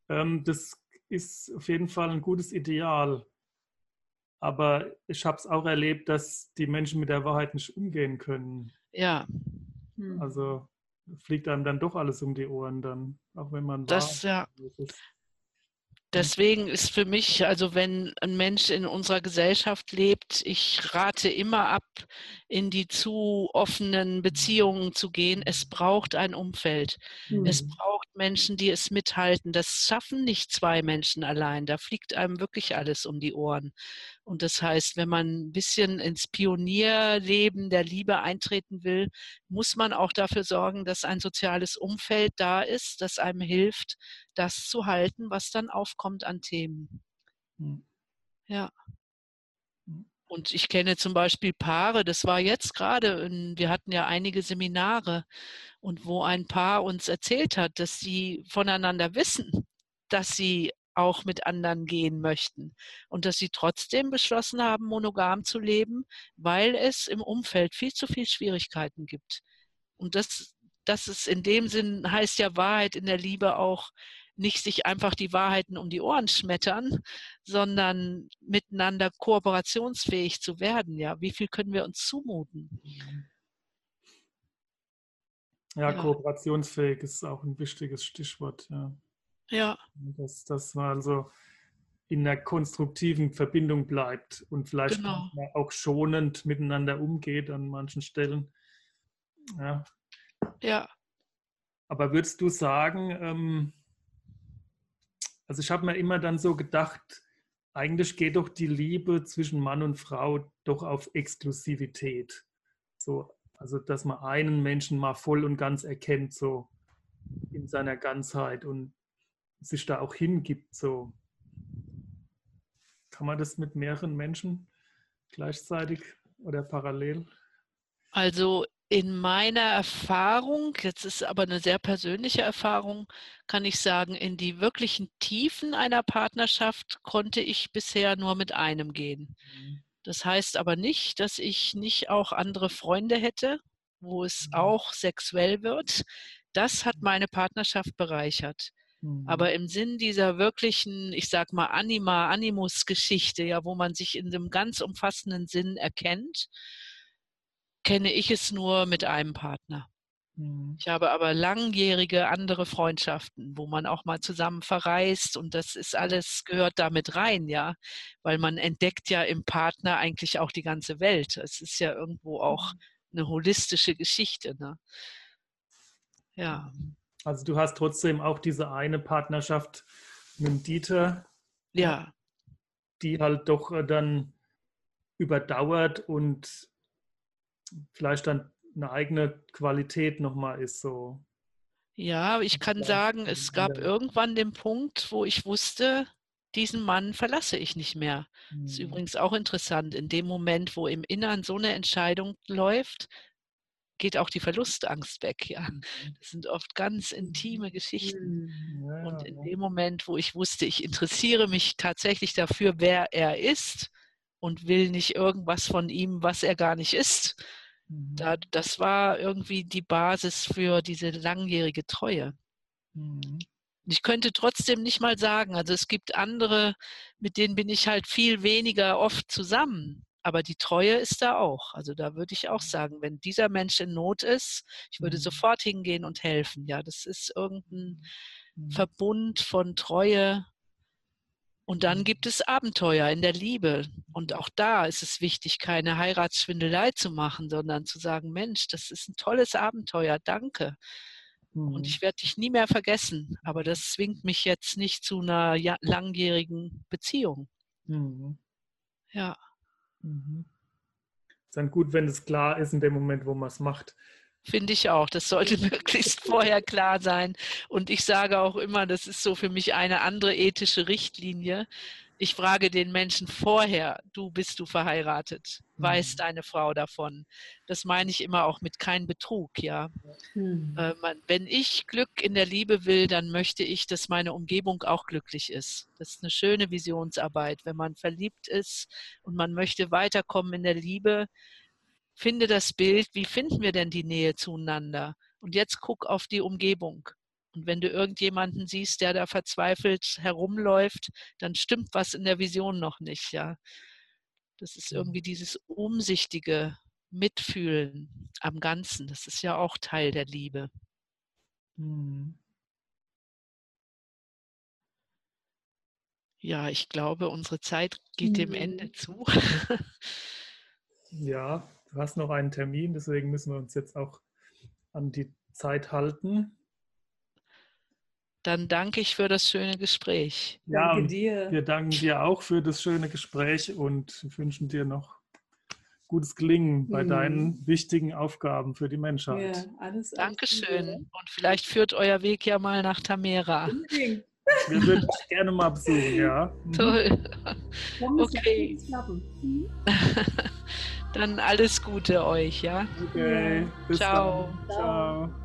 Ähm, das ist auf jeden Fall ein gutes Ideal. Aber ich habe es auch erlebt, dass die Menschen mit der Wahrheit nicht umgehen können. Ja, Hm. Also fliegt einem dann doch alles um die Ohren dann, auch wenn man wahr das ja. ist. Deswegen ist für mich, also wenn ein Mensch in unserer Gesellschaft lebt, ich rate immer ab, in die zu offenen Beziehungen zu gehen. Es braucht ein Umfeld. Hm. Es braucht Menschen, die es mithalten. Das schaffen nicht zwei Menschen allein. Da fliegt einem wirklich alles um die Ohren. Und das heißt, wenn man ein bisschen ins Pionierleben der Liebe eintreten will, muss man auch dafür sorgen, dass ein soziales Umfeld da ist, das einem hilft, das zu halten, was dann aufkommt an Themen. Hm. Ja. Und ich kenne zum Beispiel Paare, das war jetzt gerade, wir hatten ja einige Seminare, und wo ein Paar uns erzählt hat, dass sie voneinander wissen, dass sie auch mit anderen gehen möchten und dass sie trotzdem beschlossen haben, monogam zu leben, weil es im Umfeld viel zu viele Schwierigkeiten gibt. Und das, das ist in dem Sinn, heißt ja Wahrheit in der Liebe auch, nicht sich einfach die Wahrheiten um die Ohren schmettern, sondern miteinander kooperationsfähig zu werden. Ja, wie viel können wir uns zumuten? Ja, Ja. kooperationsfähig ist auch ein wichtiges Stichwort. Ja. Ja. Dass, dass man also in einer konstruktiven Verbindung bleibt und vielleicht Genau. auch schonend miteinander umgeht an manchen Stellen. Ja. Ja. Aber würdest du sagen, ähm, also ich habe mir immer dann so gedacht, eigentlich geht doch die Liebe zwischen Mann und Frau doch auf Exklusivität. So, also dass man einen Menschen mal voll und ganz erkennt, so in seiner Ganzheit und sich da auch hingibt. So. Kann man das mit mehreren Menschen gleichzeitig oder parallel? Also in meiner Erfahrung, jetzt ist aber eine sehr persönliche Erfahrung, kann ich sagen, in die wirklichen Tiefen einer Partnerschaft konnte ich bisher nur mit einem gehen. Das heißt aber nicht, dass ich nicht auch andere Freunde hätte, wo es auch sexuell wird. Das hat meine Partnerschaft bereichert. Mhm. Aber im Sinn dieser wirklichen, ich sag mal, Anima, Animus-Geschichte, ja, wo man sich in einem ganz umfassenden Sinn erkennt, kenne ich es nur mit einem Partner. Mhm. Ich habe aber langjährige andere Freundschaften, wo man auch mal zusammen verreist, und das ist alles, gehört damit rein, ja, weil man entdeckt ja im Partner eigentlich auch die ganze Welt. Es ist ja irgendwo auch eine holistische Geschichte, ne? Ja. Also du hast trotzdem auch diese eine Partnerschaft mit dem Dieter, Ja. die halt doch dann überdauert und vielleicht dann eine eigene Qualität nochmal ist. So. Ja, ich kann sagen, es gab irgendwann den Punkt, wo ich wusste, diesen Mann verlasse ich nicht mehr. Das ist übrigens auch interessant. In dem Moment, wo im Innern so eine Entscheidung läuft, geht auch die Verlustangst weg. Ja, das sind oft ganz intime Geschichten. Und in dem Moment, wo ich wusste, ich interessiere mich tatsächlich dafür, wer er ist, und will nicht irgendwas von ihm, was er gar nicht ist, da, das war irgendwie die Basis für diese langjährige Treue. Ich könnte trotzdem nicht mal sagen, also es gibt andere, mit denen bin ich halt viel weniger oft zusammen, aber die Treue ist da auch. Also da würde ich auch sagen, wenn dieser Mensch in Not ist, ich würde sofort hingehen und helfen. Ja, das ist irgendein Verbund von Treue. Und dann gibt es Abenteuer in der Liebe. Und auch da ist es wichtig, keine Heiratsschwindelei zu machen, sondern zu sagen, Mensch, das ist ein tolles Abenteuer, danke. Und ich werde dich nie mehr vergessen. Aber das zwingt mich jetzt nicht zu einer langjährigen Beziehung. Mhm. Ja. Mhm. Ist dann gut, wenn es klar ist in dem Moment, wo man es macht. Finde ich auch. Das sollte möglichst vorher klar sein. Und ich sage auch immer, das ist so für mich eine andere ethische Richtlinie. Ich frage den Menschen vorher, du, bist du verheiratet? Weiß deine Frau davon? Das meine ich immer auch mit kein Betrug, ja. Hm. Äh, man, wenn ich Glück in der Liebe will, dann möchte ich, dass meine Umgebung auch glücklich ist. Das ist eine schöne Visionsarbeit. Wenn man verliebt ist und man möchte weiterkommen in der Liebe, finde das Bild, wie finden wir denn die Nähe zueinander? Und jetzt guck auf die Umgebung. Und wenn du irgendjemanden siehst, der da verzweifelt herumläuft, dann stimmt was in der Vision noch nicht. Ja, das ist irgendwie dieses umsichtige Mitfühlen am Ganzen. Das ist ja auch Teil der Liebe. Mhm. Ja, ich glaube, unsere Zeit geht dem Ende zu. Ja, du hast noch einen Termin, deswegen müssen wir uns jetzt auch an die Zeit halten. Dann danke ich für das schöne Gespräch. Ja, Danke und dir. wir danken dir auch für das schöne Gespräch und wünschen dir noch gutes Gelingen bei Mhm. deinen wichtigen Aufgaben für die Menschheit. Ja, alles, alles Dankeschön. Gute. Und vielleicht führt euer Weg ja mal nach Tamera. Unbedingt. Wir würden dich gerne mal besuchen, ja. Mhm. Toll. Kommendes Jahr Okay. wird es klappen. Mhm. Dann alles Gute euch, ja. Okay, bis Ciao. dann. Ciao.